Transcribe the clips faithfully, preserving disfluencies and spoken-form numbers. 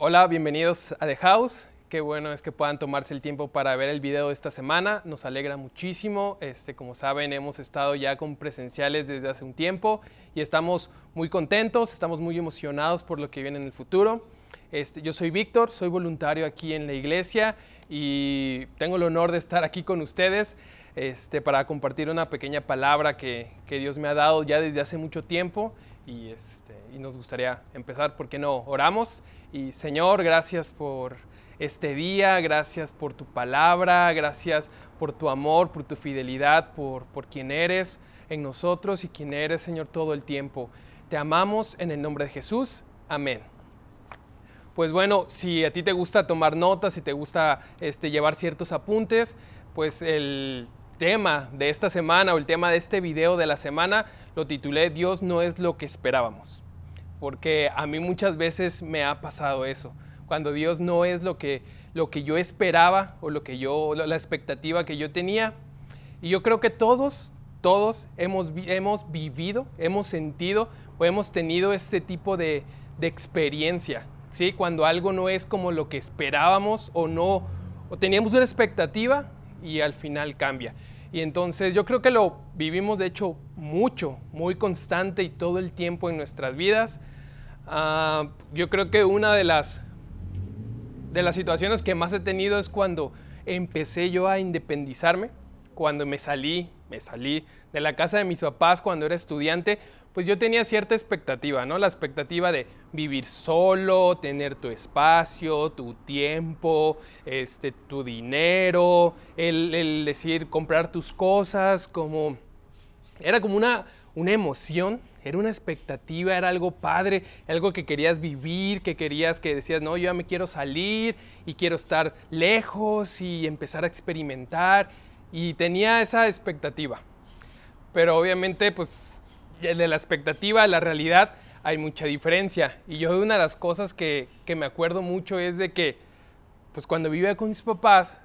Hola, bienvenidos a The House. Qué bueno es que puedan tomarse el tiempo para ver el video de esta semana. Nos alegra muchísimo. Este, como saben, hemos estado ya con presenciales desde hace un tiempo y estamos muy contentos, estamos muy emocionados por lo que viene en el futuro. Este, yo soy Víctor, soy voluntario aquí en la iglesia y tengo el honor de estar aquí con ustedes este, para compartir una pequeña palabra que, que Dios me ha dado ya desde hace mucho tiempo y, este, y nos gustaría empezar, ¿por qué no? Oramos y Señor, gracias por este día, gracias por tu palabra, gracias por tu amor, por tu fidelidad, por, por quien eres en nosotros y quien eres, Señor, todo el tiempo. Te amamos en el nombre de Jesús. Amén. Pues bueno, si a ti te gusta tomar notas, si te gusta este, llevar ciertos apuntes, pues el tema de esta semana o el tema de este video de la semana lo titulé Dios no es lo que esperábamos. Porque a mí muchas veces me ha pasado eso. Cuando Dios no es lo que, lo que yo esperaba o lo que yo, la expectativa que yo tenía. Y yo creo que todos, todos hemos, hemos vivido, hemos sentido o hemos tenido este tipo de, de experiencia, ¿sí? Cuando algo no es como lo que esperábamos o no, o teníamos una expectativa y al final cambia. Y entonces yo creo que lo vivimos de hecho mucho, muy constante y todo el tiempo en nuestras vidas. Uh, yo creo que una de las de las situaciones que más he tenido es cuando empecé yo a independizarme, cuando me salí, me salí de la casa de mis papás cuando era estudiante, pues yo tenía cierta expectativa, ¿no? La expectativa de vivir solo, tener tu espacio, tu tiempo, este, tu dinero, el, el decir, comprar tus cosas, como era como una, una emoción. Era una expectativa, era algo padre, algo que querías vivir, que querías, que decías, no, yo ya me quiero salir y quiero estar lejos y empezar a experimentar. Y tenía esa expectativa. Pero obviamente, pues, de la expectativa a la realidad hay mucha diferencia. Y yo una de las cosas que, que me acuerdo mucho es de que, pues, cuando vivía con mis papás,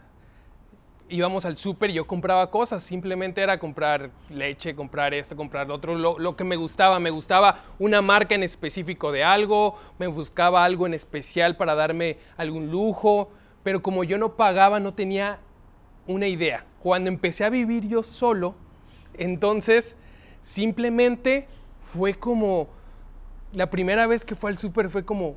íbamos al súper y yo compraba cosas, simplemente era comprar leche, comprar esto, comprar lo otro, lo, lo que me gustaba, me gustaba una marca en específico de algo, me buscaba algo en especial para darme algún lujo, pero como yo no pagaba, no tenía una idea. Cuando empecé a vivir yo solo, entonces simplemente fue como, la primera vez que fue al súper fue como,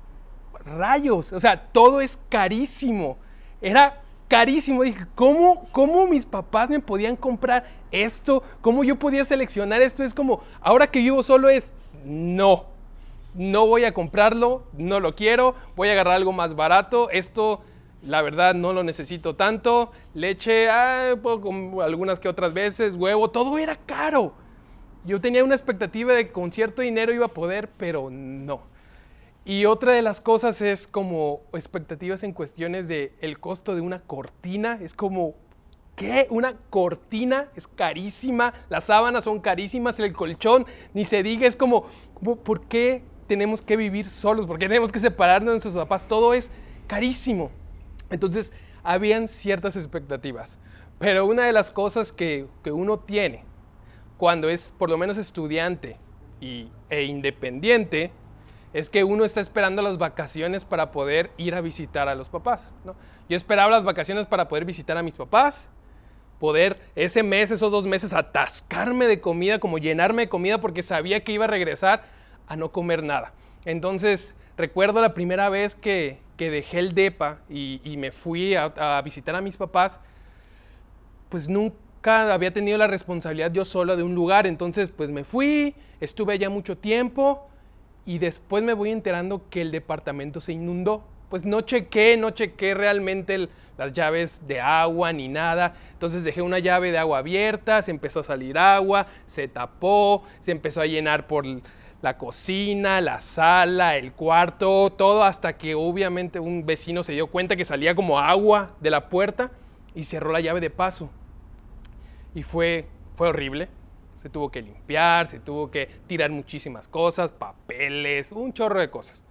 rayos, o sea, todo es carísimo, era carísimo. Dije, ¿cómo, ¿cómo mis papás me podían comprar esto? ¿Cómo yo podía seleccionar esto? Es como, ahora que vivo solo es, no, no voy a comprarlo, no lo quiero, voy a agarrar algo más barato, esto la verdad no lo necesito tanto, leche, ah, puedo comer algunas que otras veces, huevo, todo era caro. Yo tenía una expectativa de que con cierto dinero iba a poder, pero no. Y otra de las cosas es como expectativas en cuestiones de el costo de una cortina. Es como, ¿qué? Una cortina es carísima, las sábanas son carísimas, el colchón, ni se diga, es como, ¿por qué tenemos que vivir solos? ¿Por qué tenemos que separarnos de nuestros papás? Todo es carísimo. Entonces, habían ciertas expectativas. Pero una de las cosas que, que uno tiene cuando es por lo menos estudiante y, e independiente, es que uno está esperando las vacaciones para poder ir a visitar a los papás, ¿no? Yo esperaba las vacaciones para poder visitar a mis papás, poder ese mes, esos dos meses, atascarme de comida, como llenarme de comida porque sabía que iba a regresar a no comer nada. Entonces, recuerdo la primera vez que, que dejé el depa y, y me fui a, a visitar a mis papás, pues nunca había tenido la responsabilidad yo solo de un lugar. Entonces, pues me fui, estuve allá mucho tiempo. Y después me voy enterando que el departamento se inundó. Pues no chequé, no chequé realmente el, las llaves de agua ni nada. Entonces dejé una llave de agua abierta, se empezó a salir agua, se tapó, se empezó a llenar por la cocina, la sala, el cuarto, todo hasta que obviamente un vecino se dio cuenta que salía como agua de la puerta y cerró la llave de paso. Y fue, fue horrible. Se tuvo que limpiar, se tuvo que tirar muchísimas cosas, papeles, un chorro de cosas.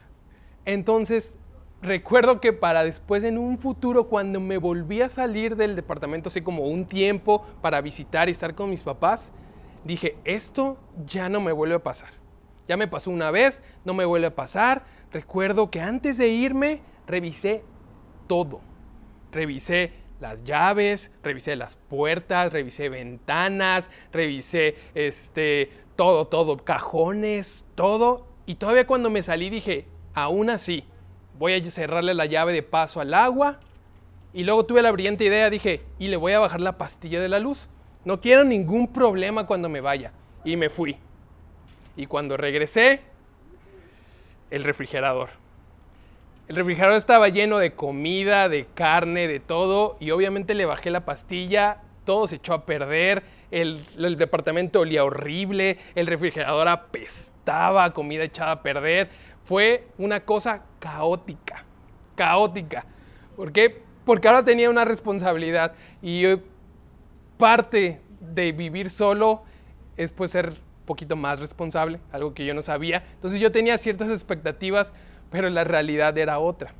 Entonces, recuerdo que para después en un futuro, cuando me volví a salir del departamento, así como un tiempo para visitar y estar con mis papás, dije, esto ya no me vuelve a pasar. Ya me pasó una vez, no me vuelve a pasar. recuerdo que antes de irme revisé todo. Revisé las llaves, revisé las puertas, revisé ventanas, revisé este, todo, todo, cajones, todo. Y todavía cuando me salí dije, aún así, voy a cerrarle la llave de paso al agua. Y luego tuve la brillante idea, dije, y le voy a bajar la pastilla de la luz. No quiero ningún problema cuando me vaya. Y me fui. Y cuando regresé, el refrigerador. El refrigerador estaba lleno de comida, de carne, de todo. Y obviamente le bajé la pastilla, todo se echó a perder. El, el departamento olía horrible, el refrigerador apestaba, comida echada a perder. Fue una cosa caótica, caótica. ¿Por qué? Porque ahora tenía una responsabilidad y yo, parte de vivir solo es pues ser un poquito más responsable, algo que yo no sabía. Entonces yo tenía ciertas expectativas, pero la realidad era otra.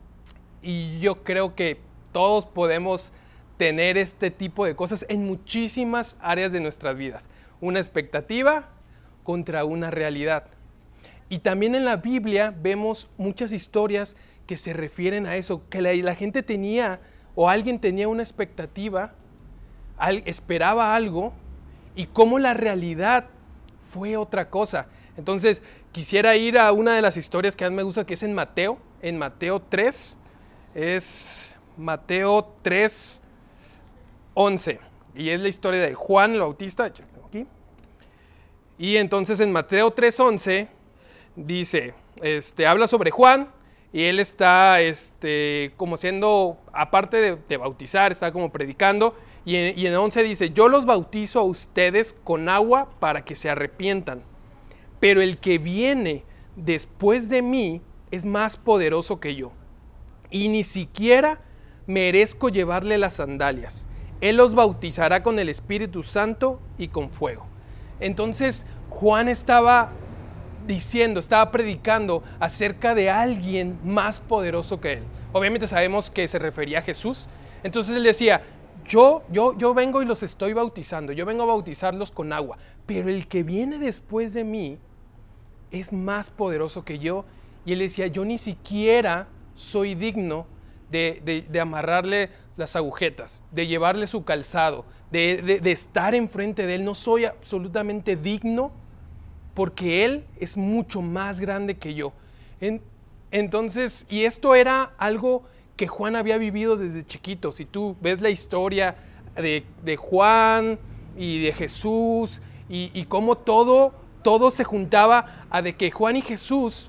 Y yo creo que todos podemos tener este tipo de cosas en muchísimas áreas de nuestras vidas. Una expectativa contra una realidad. Y también en la Biblia vemos muchas historias que se refieren a eso, que la, la gente tenía o alguien tenía una expectativa, al, esperaba algo y cómo la realidad fue otra cosa. Entonces quisiera ir a una de las historias que más me gusta, que es en Mateo, en Mateo tres, es Mateo tres, once, y es la historia de Juan el Bautista, aquí. Y entonces en Mateo tres, once dice, este, habla sobre Juan, y él está este, como siendo, aparte de, de bautizar, está como predicando, y en, y en once dice, yo los bautizo a ustedes con agua para que se arrepientan, pero el que viene después de mí es más poderoso que yo, y ni siquiera merezco llevarle las sandalias. Él los bautizará con el Espíritu Santo y con fuego. Entonces Juan estaba diciendo, estaba predicando acerca de alguien más poderoso que él. Obviamente sabemos que se refería a Jesús. Entonces él decía, yo, yo, yo vengo y los estoy bautizando, yo vengo a bautizarlos con agua, pero el que viene después de mí es más poderoso que yo. Y él decía, yo ni siquiera soy digno de, de, de amarrarle las agujetas, de llevarle su calzado, de, de, de estar enfrente de él. No soy absolutamente digno porque él es mucho más grande que yo. En, entonces, y esto era algo que Juan había vivido desde chiquito. Si tú ves la historia de, de Juan y de Jesús y, y cómo todo, todo se juntaba a de que Juan y Jesús,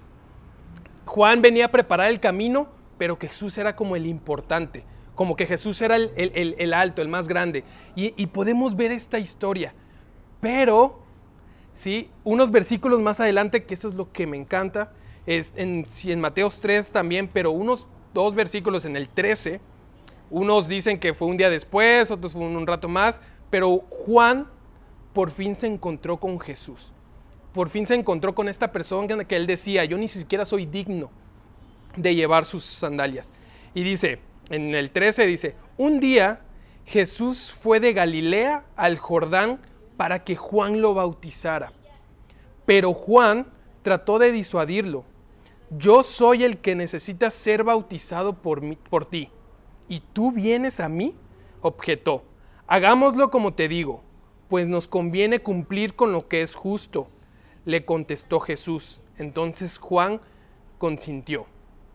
Juan venía a preparar el camino, pero que Jesús era como el importante, como que Jesús era el, el, el, el alto, el más grande. Y, y podemos ver esta historia. Pero, ¿sí? Unos versículos más adelante, que eso es lo que me encanta, es en, en Mateo tres también, pero unos dos versículos en el trece, unos dicen que fue un día después, otros fue un, un rato más, pero Juan por fin se encontró con Jesús. Por fin se encontró con esta persona que él decía, yo ni siquiera soy digno de llevar sus sandalias. Y dice, en el trece dice, un día Jesús fue de Galilea al Jordán para que Juan lo bautizara. Pero Juan trató de disuadirlo. Yo soy el que necesita ser bautizado por, mí, por ti. ¿Y tú vienes a mí? Objetó. Hagámoslo como te digo, pues nos conviene cumplir con lo que es justo. Le contestó Jesús. Entonces Juan consintió.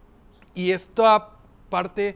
Y esta parte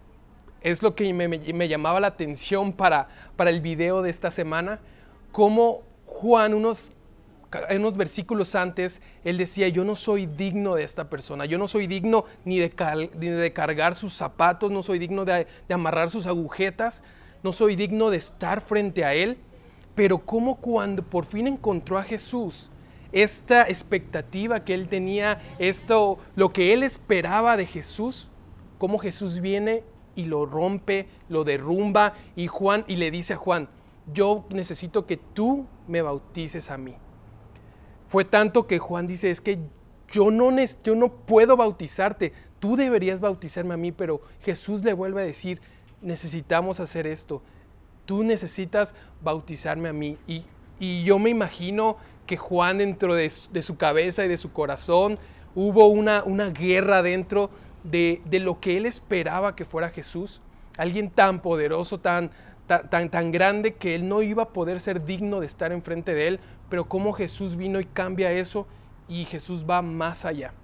es lo que me, me, me llamaba la atención para, para el video de esta semana. Cómo Juan, unos, unos versículos antes, él decía, yo no soy digno de esta persona. Yo no soy digno ni de, cal, ni de cargar sus zapatos, no soy digno de, de amarrar sus agujetas, no soy digno de estar frente a él. Pero cómo cuando por fin encontró a Jesús, esta expectativa que él tenía, esto, lo que él esperaba de Jesús, cómo Jesús viene y lo rompe, lo derrumba, y Juan, y le dice a Juan, yo necesito que tú me bautices a mí. Fue tanto que Juan dice, es que yo no, yo no puedo bautizarte, tú deberías bautizarme a mí, pero Jesús le vuelve a decir, necesitamos hacer esto, tú necesitas bautizarme a mí. Y, y yo me imagino que Juan dentro de, de su cabeza y de su corazón, hubo una, una guerra dentro de, de lo que él esperaba que fuera Jesús. Alguien tan poderoso, tan, tan, tan, tan grande que él no iba a poder ser digno de estar enfrente de él, pero cómo Jesús vino y cambia eso, y Jesús va más allá.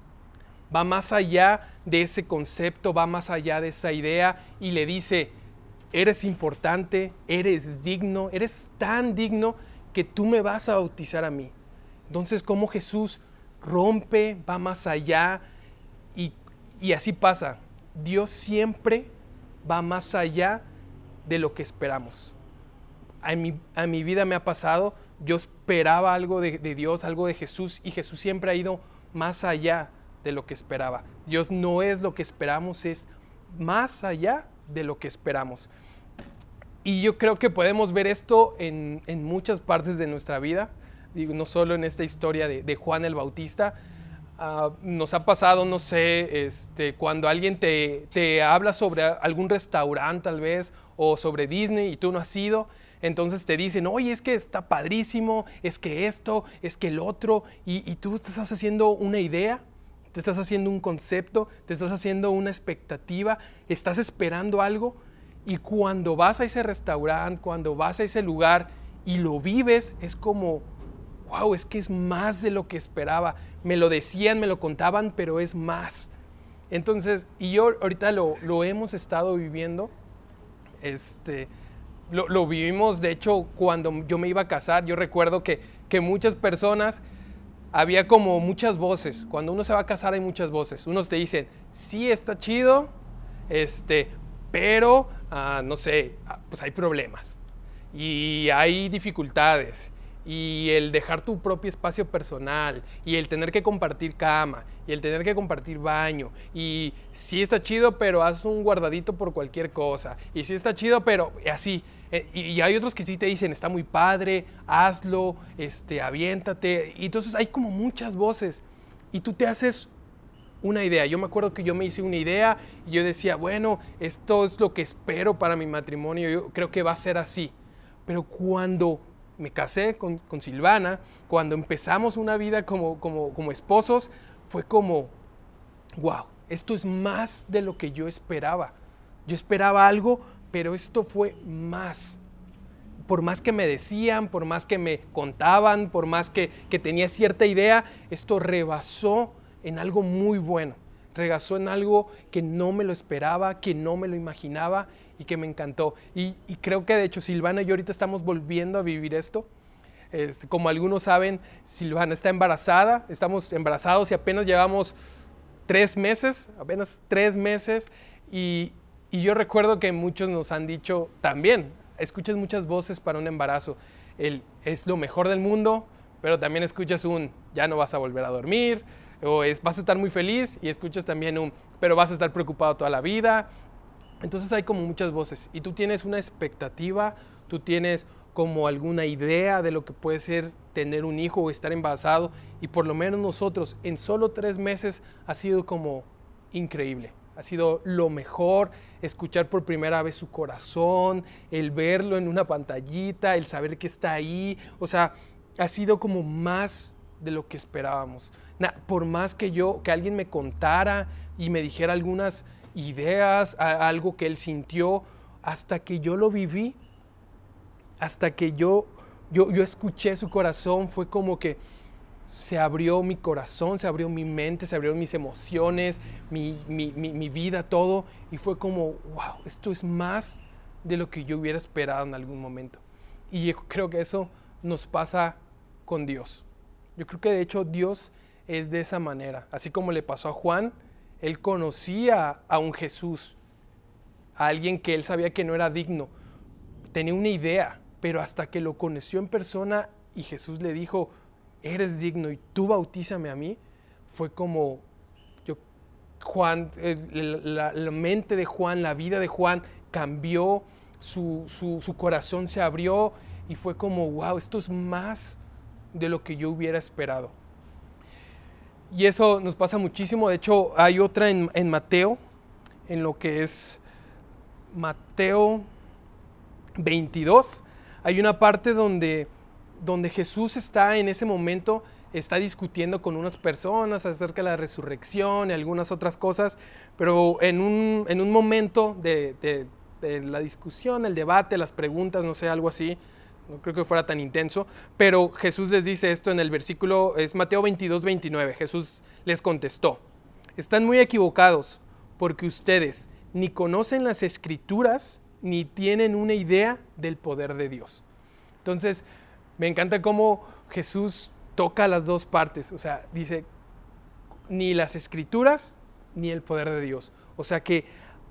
Va más allá de ese concepto, va más allá de esa idea y le dice, eres importante, eres digno, eres tan digno que tú me vas a bautizar a mí. Entonces, cómo Jesús rompe, va más allá y, y así pasa. Dios siempre va más allá de lo que esperamos. A mi, a mi vida me ha pasado, yo esperaba algo de, de Dios, algo de Jesús, y Jesús siempre ha ido más allá de lo que esperaba. Dios no es lo que esperamos, es más allá de lo que esperamos. Y yo creo que podemos ver esto en, en muchas partes de nuestra vida, digo, no solo en esta historia de, de Juan el Bautista. Uh, nos ha pasado, no sé, este, cuando alguien te, te habla sobre algún restaurante tal vez, o sobre Disney y tú no has ido, entonces te dicen, oye, es que está padrísimo, es que esto, es que el otro, y, y tú te estás haciendo una idea, te estás haciendo un concepto, te estás haciendo una expectativa, estás esperando algo, y cuando vas a ese restaurante, cuando vas a ese lugar y lo vives, es como, wow, es que es más de lo que esperaba. Me lo decían, me lo contaban, pero es más. Entonces, y yo ahorita lo, lo hemos estado viviendo, este, lo, lo vivimos, de hecho, cuando yo me iba a casar, yo recuerdo que, que muchas personas, había como muchas voces. Cuando uno se va a casar hay muchas voces. Unos te dicen, sí, está chido, este, pero, uh, no sé, pues hay problemas y hay dificultades, y el dejar tu propio espacio personal, y el tener que compartir cama, y el tener que compartir baño, y sí está chido, pero haz un guardadito por cualquier cosa, y sí está chido, pero así. Y hay otros que sí te dicen, está muy padre, hazlo, este, aviéntate. Y entonces hay como muchas voces y tú te haces una idea. Yo me acuerdo que yo me hice una idea y yo decía, bueno, esto es lo que espero para mi matrimonio, yo creo que va a ser así. Pero cuando me casé con, con Silvana, cuando empezamos una vida como, como, como esposos, fue como, wow, esto es más de lo que yo esperaba. Yo esperaba algo, pero esto fue más. Por más que me decían, por más que me contaban, por más que, que tenía cierta idea, esto rebasó en algo muy bueno. Rebasó en algo que no me lo esperaba, que no me lo imaginaba y que me encantó. Y, y creo que de hecho Silvana y yo ahorita estamos volviendo a vivir esto. Es, como algunos saben, Silvana está embarazada, estamos embarazados y apenas llevamos tres meses, apenas tres meses y Y yo recuerdo que muchos nos han dicho también, escuchas muchas voces para un embarazo, el, es lo mejor del mundo, pero también escuchas un, ya no vas a volver a dormir, o es, vas a estar muy feliz, y escuchas también un, pero vas a estar preocupado toda la vida. Entonces hay como muchas voces, y tú tienes una expectativa, tú tienes como alguna idea de lo que puede ser tener un hijo o estar embarazado, y por lo menos nosotros en solo tres meses ha sido como increíble. Ha sido lo mejor, escuchar por primera vez su corazón, el verlo en una pantallita, el saber que está ahí. O sea, ha sido como más de lo que esperábamos. Na, por más que yo, que alguien me contara y me dijera algunas ideas, a, algo que él sintió, hasta que yo lo viví, hasta que yo, yo, yo escuché su corazón, fue como que se abrió mi corazón, se abrió mi mente, se abrieron mis emociones, mi, mi, mi, mi vida, todo. Y fue como, wow, esto es más de lo que yo hubiera esperado en algún momento. Y yo creo que eso nos pasa con Dios. Yo creo que de hecho Dios es de esa manera. Así como le pasó a Juan, él conocía a un Jesús, a alguien que él sabía que no era digno. Tenía una idea, pero hasta que lo conoció en persona y Jesús le dijo, eres digno y tú bautízame a mí, fue como, yo, Juan, la, la mente de Juan, la vida de Juan cambió, su, su, su corazón se abrió y fue como, wow, esto es más de lo que yo hubiera esperado. Y eso nos pasa muchísimo. De hecho, hay otra en, en Mateo, en lo que es Mateo veintidós. Hay una parte donde, donde Jesús está en ese momento, está discutiendo con unas personas acerca de la resurrección y algunas otras cosas, pero en un, en un momento de, de, de la discusión, el debate, las preguntas, no sé, algo así, no creo que fuera tan intenso, pero Jesús les dice esto en el versículo, es Mateo veintidós, veintinueve, Jesús les contestó: están muy equivocados, porque ustedes ni conocen las Escrituras, ni tienen una idea del poder de Dios. Entonces, me encanta cómo Jesús toca las dos partes, o sea, dice, ni las Escrituras, ni el poder de Dios. O sea que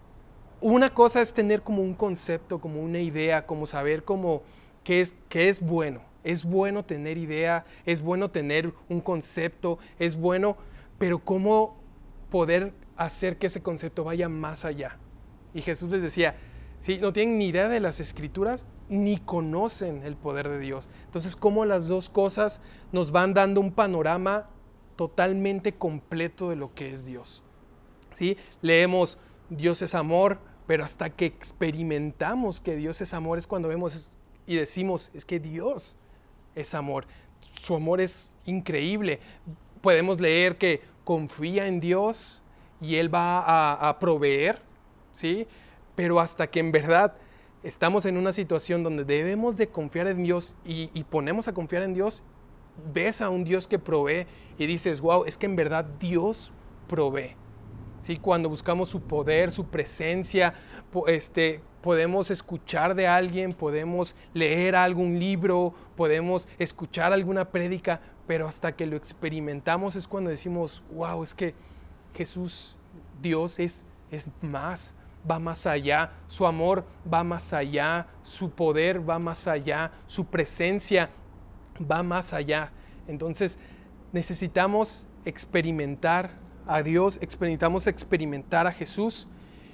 una cosa es tener como un concepto, como una idea, como saber cómo, qué es, qué es bueno. Es bueno tener idea, es bueno tener un concepto, es bueno, pero cómo poder hacer que ese concepto vaya más allá. Y Jesús les decía, sí, no tienen ni idea de las Escrituras, ni conocen el poder de Dios. Entonces, cómo las dos cosas nos van dando un panorama totalmente completo de lo que es Dios. ¿Sí? Leemos, Dios es amor, pero hasta que experimentamos que Dios es amor es cuando vemos y decimos, es que Dios es amor. Su amor es increíble. Podemos leer que confía en Dios y Él va a, a proveer, ¿sí? Pero hasta que en verdad estamos en una situación donde debemos de confiar en Dios y, y ponemos a confiar en Dios, ves a un Dios que provee y dices, wow, es que en verdad Dios provee. ¿Sí? Cuando buscamos su poder, su presencia, este, podemos escuchar de alguien, podemos leer algún libro, podemos escuchar alguna prédica, pero hasta que lo experimentamos es cuando decimos, wow, es que Jesús, Dios es, es más, va más allá, su amor va más allá, su poder va más allá, su presencia va más allá. Entonces necesitamos experimentar a Dios, experimentamos experimentar a Jesús.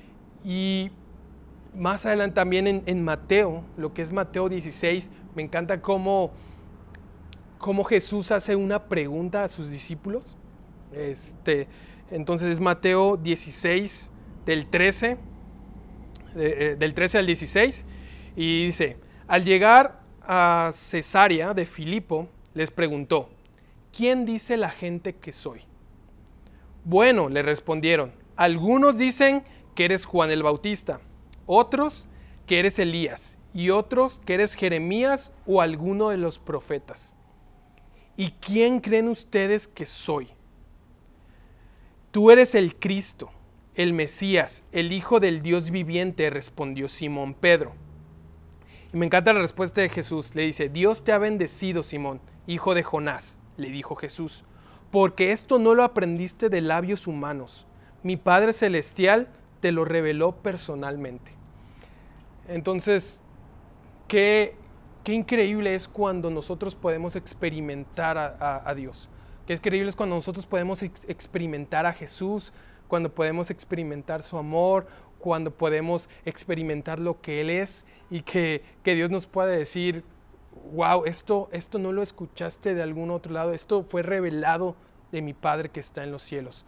Y más adelante también en, en Mateo, lo que es Mateo dieciséis, me encanta cómo, cómo Jesús hace una pregunta a sus discípulos. Este, entonces es Mateo dieciséis, del trece, eh, del trece al dieciséis, y dice, al llegar a Cesarea de Filipo, les preguntó, ¿quién dice la gente que soy? Bueno, le respondieron, algunos dicen que eres Juan el Bautista, otros que eres Elías, y otros que eres Jeremías o alguno de los profetas. ¿Y quién creen ustedes que soy? Tú eres el Cristo, el Mesías, el Hijo del Dios viviente, respondió Simón Pedro. Y me encanta la respuesta de Jesús, le dice, Dios te ha bendecido, Simón, hijo de Jonás, le dijo Jesús, porque esto no lo aprendiste de labios humanos. Mi Padre Celestial te lo reveló personalmente. Entonces, qué, qué increíble es cuando nosotros podemos experimentar a, a, a Dios. Qué increíble es cuando nosotros podemos ex- experimentar a Jesús, cuando podemos experimentar su amor, cuando podemos experimentar lo que Él es y que, que Dios nos pueda decir, wow, esto, esto no lo escuchaste de algún otro lado, esto fue revelado de mi Padre que está en los cielos.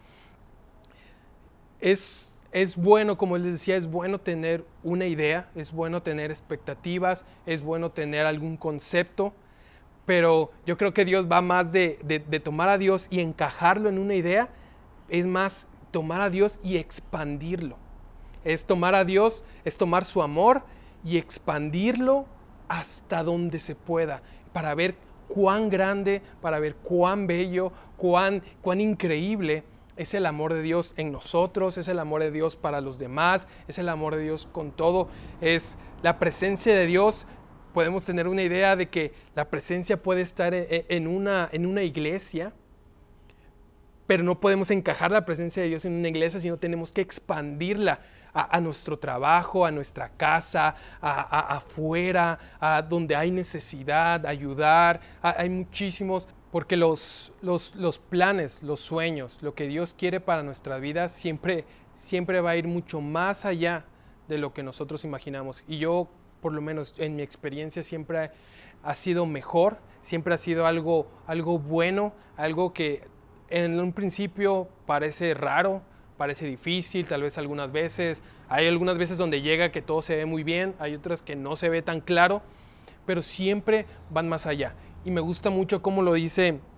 Es, es bueno, como les decía, es bueno tener una idea, es bueno tener expectativas, es bueno tener algún concepto, pero yo creo que Dios va más de, de, de tomar a Dios y encajarlo en una idea, es más tomar a Dios y expandirlo. Es tomar a Dios, es tomar su amor y expandirlo hasta donde se pueda, para ver cuán grande, para ver cuán bello, cuán, cuán increíble es el amor de Dios en nosotros, es el amor de Dios para los demás, es el amor de Dios con todo, es la presencia de Dios. Podemos tener una idea de que la presencia puede estar en una, en una iglesia, pero no podemos encajar la presencia de Dios en una iglesia, sino tenemos que expandirla a, a nuestro trabajo, a nuestra casa, a, a, afuera, a donde hay necesidad, ayudar. A, hay muchísimos, porque los, los, los planes, los sueños, lo que Dios quiere para nuestra vida siempre, siempre va a ir mucho más allá de lo que nosotros imaginamos. Y yo, por lo menos en mi experiencia, siempre ha sido mejor, siempre ha sido algo, algo bueno, algo que en un principio parece raro, parece difícil, tal vez algunas veces. Hay algunas veces donde llega que todo se ve muy bien, hay otras que no se ve tan claro, pero siempre van más allá. Y me gusta mucho cómo lo dice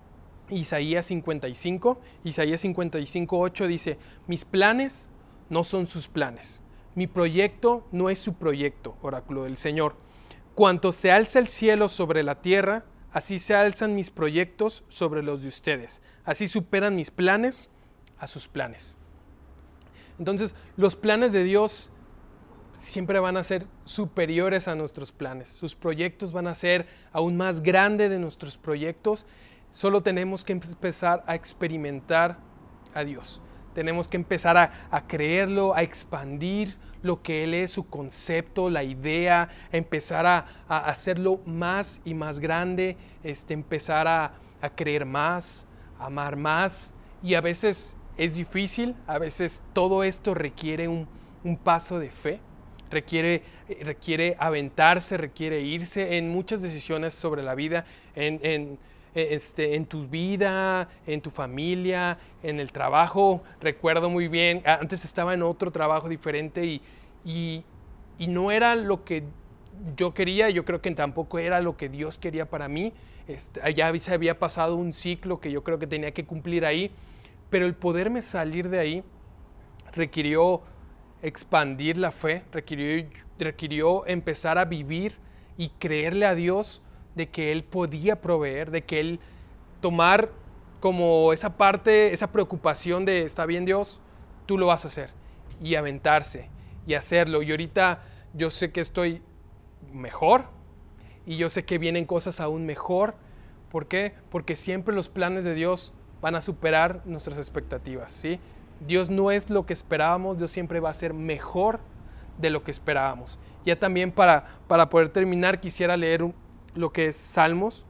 Isaías cincuenta y cinco, Isaías cincuenta y cinco, ocho dice: mis planes no son sus planes, mi proyecto no es su proyecto, oráculo del Señor. Cuanto se alza el cielo sobre la tierra, así se alzan mis proyectos sobre los de ustedes. Así superan mis planes a sus planes. Entonces, los planes de Dios siempre van a ser superiores a nuestros planes. Sus proyectos van a ser aún más grandes de nuestros proyectos. Solo tenemos que empezar a experimentar a Dios. Tenemos que empezar a, a creerlo, a expandir lo que Él es, su concepto, la idea, a empezar a, a hacerlo más y más grande, este, empezar a, a creer más, a amar más. Y a veces es difícil, a veces todo esto requiere un, un paso de fe, requiere, requiere aventarse, requiere irse en muchas decisiones sobre la vida, en... en Este, en tu vida, en tu familia, en el trabajo. Recuerdo muy bien, antes estaba en otro trabajo diferente y, y, y no era lo que yo quería, yo creo que tampoco era lo que Dios quería para mí. Este, ya se había pasado un ciclo que yo creo que tenía que cumplir ahí, pero el poderme salir de ahí requirió expandir la fe, requirió, requirió empezar a vivir y creerle a Dios de que Él podía proveer, de que Él tomar como esa parte, esa preocupación de, está bien Dios, tú lo vas a hacer, y aventarse, y hacerlo. Y ahorita yo sé que estoy mejor, y yo sé que vienen cosas aún mejor. ¿Por qué? Porque siempre los planes de Dios van a superar nuestras expectativas, ¿sí? Dios no es lo que esperábamos, Dios siempre va a ser mejor de lo que esperábamos. Ya también para, para poder terminar quisiera leer un lo que es Salmos,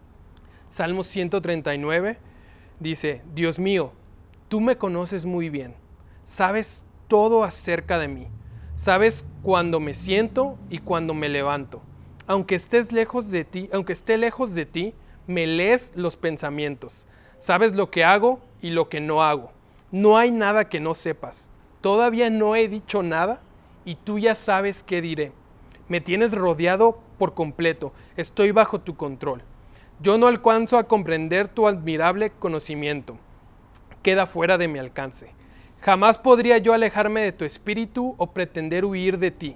Salmos ciento treinta y nueve, dice: Dios mío, tú me conoces muy bien, sabes todo acerca de mí, sabes cuando me siento y cuando me levanto. Aunque estés lejos de ti, aunque esté lejos de ti, me lees los pensamientos, sabes lo que hago y lo que no hago. No hay nada que no sepas. Todavía no he dicho nada y tú ya sabes qué diré. Me tienes rodeado por completo, estoy bajo tu control. Yo no alcanzo a comprender tu admirable conocimiento, queda fuera de mi alcance. Jamás podría yo alejarme de tu espíritu o pretender huir de ti.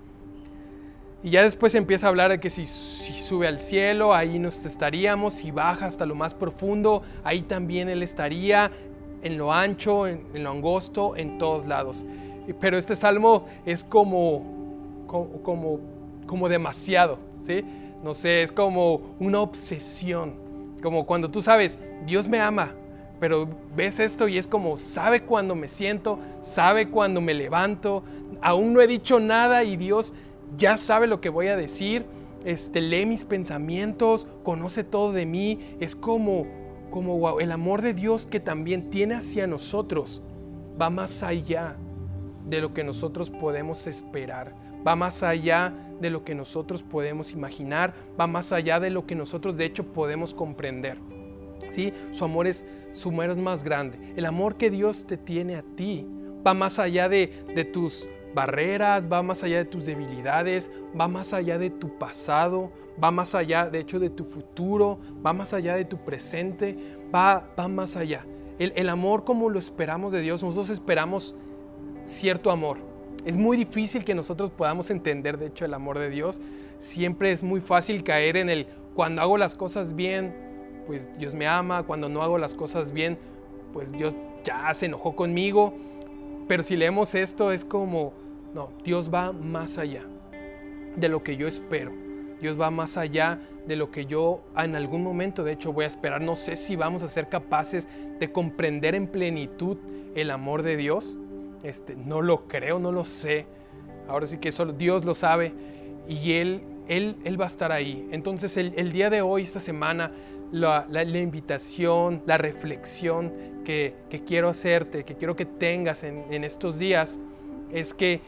Y ya después empieza a hablar de que si, si sube al cielo, ahí nos estaríamos, si baja hasta lo más profundo, ahí también Él estaría, en lo ancho, en, en lo angosto, en todos lados. Pero este salmo es como... Como, como, como demasiado, ¿sí? No sé, es como una obsesión, como cuando tú sabes, Dios me ama, pero ves esto y es como, sabe cuando me siento, sabe cuando me levanto, aún no he dicho nada y Dios ya sabe lo que voy a decir, este, lee mis pensamientos, conoce todo de mí. Es como, como wow, el amor de Dios que también tiene hacia nosotros va más allá de lo que nosotros podemos esperar, va más allá de lo que nosotros podemos imaginar, va más allá de lo que nosotros de hecho podemos comprender. ¿Sí? Su amor es, su amor es más grande. El amor que Dios te tiene a ti va más allá de, de tus barreras, va más allá de tus debilidades, va más allá de tu pasado, va más allá de hecho de tu futuro, va más allá de tu presente, va, va más allá. El, el amor como lo esperamos de Dios, nosotros esperamos cierto amor. Es muy difícil que nosotros podamos entender, de hecho, el amor de Dios. Siempre es muy fácil caer en el, cuando hago las cosas bien, pues Dios me ama. Cuando no hago las cosas bien, pues Dios ya se enojó conmigo. Pero si leemos esto, es como, no, Dios va más allá de lo que yo espero. Dios va más allá de lo que yo en algún momento, de hecho, voy a esperar. No sé si vamos a ser capaces de comprender en plenitud el amor de Dios. Este, no lo creo, no lo sé. Ahora sí que solo Dios lo sabe y Él, Él, Él va a estar ahí. Entonces el, el día de hoy, esta semana, la, la, la invitación, la reflexión que, que quiero hacerte, que quiero que tengas en, en estos días, es que,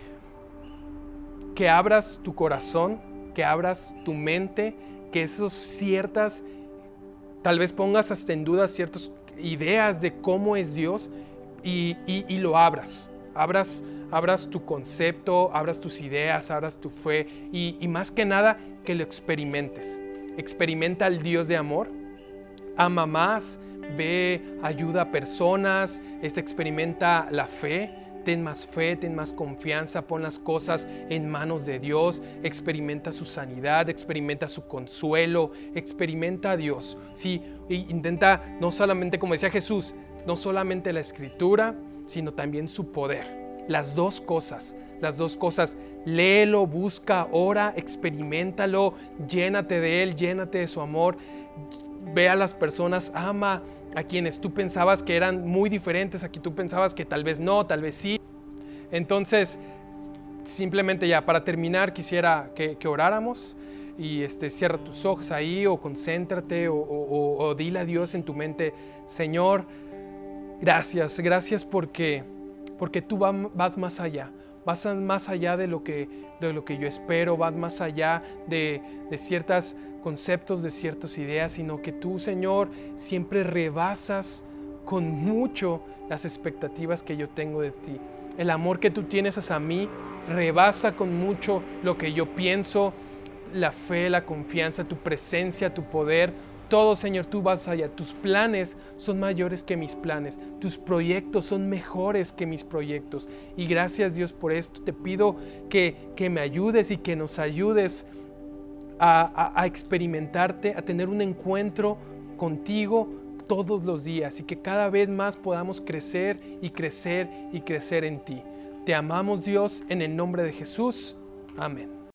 que abras tu corazón, que abras tu mente, que esas ciertas, tal vez pongas hasta en duda ciertas ideas de cómo es Dios y, y, y lo abras. Abras, abras tu concepto, abras tus ideas, abras tu fe y, y más que nada que lo experimentes. Experimenta al Dios de amor, ama más, ve, ayuda a personas, este, experimenta la fe. Ten más fe, ten más confianza, pon las cosas en manos de Dios, experimenta su sanidad, experimenta su consuelo, experimenta a Dios. Sí, e intenta no solamente, como decía Jesús, no solamente la escritura, sino también su poder. Las dos cosas, las dos cosas. Léelo, busca, ora, experiméntalo, llénate de Él, llénate de su amor. Ve a las personas, ama a quienes tú pensabas que eran muy diferentes, a quien tú pensabas que tal vez no, tal vez sí. Entonces, simplemente ya para terminar, quisiera que, que oráramos y este, cierra tus ojos ahí o concéntrate o, o, o dile a Dios en tu mente: Señor, gracias, gracias porque, porque tú va, vas más allá. Vas más allá de lo que, de lo que yo espero, vas más allá de, de ciertos conceptos, de ciertas ideas, sino que tú, Señor, siempre rebasas con mucho las expectativas que yo tengo de ti. El amor que tú tienes hacia mí rebasa con mucho lo que yo pienso, la fe, la confianza, tu presencia, tu poder. Todo, Señor, tú vas allá. Tus planes son mayores que mis planes. Tus proyectos son mejores que mis proyectos. Y gracias, Dios, por esto. Te pido que, que me ayudes y que nos ayudes a, a, a experimentarte, a tener un encuentro contigo todos los días y que cada vez más podamos crecer y crecer y crecer en ti. Te amamos, Dios, en el nombre de Jesús. Amén.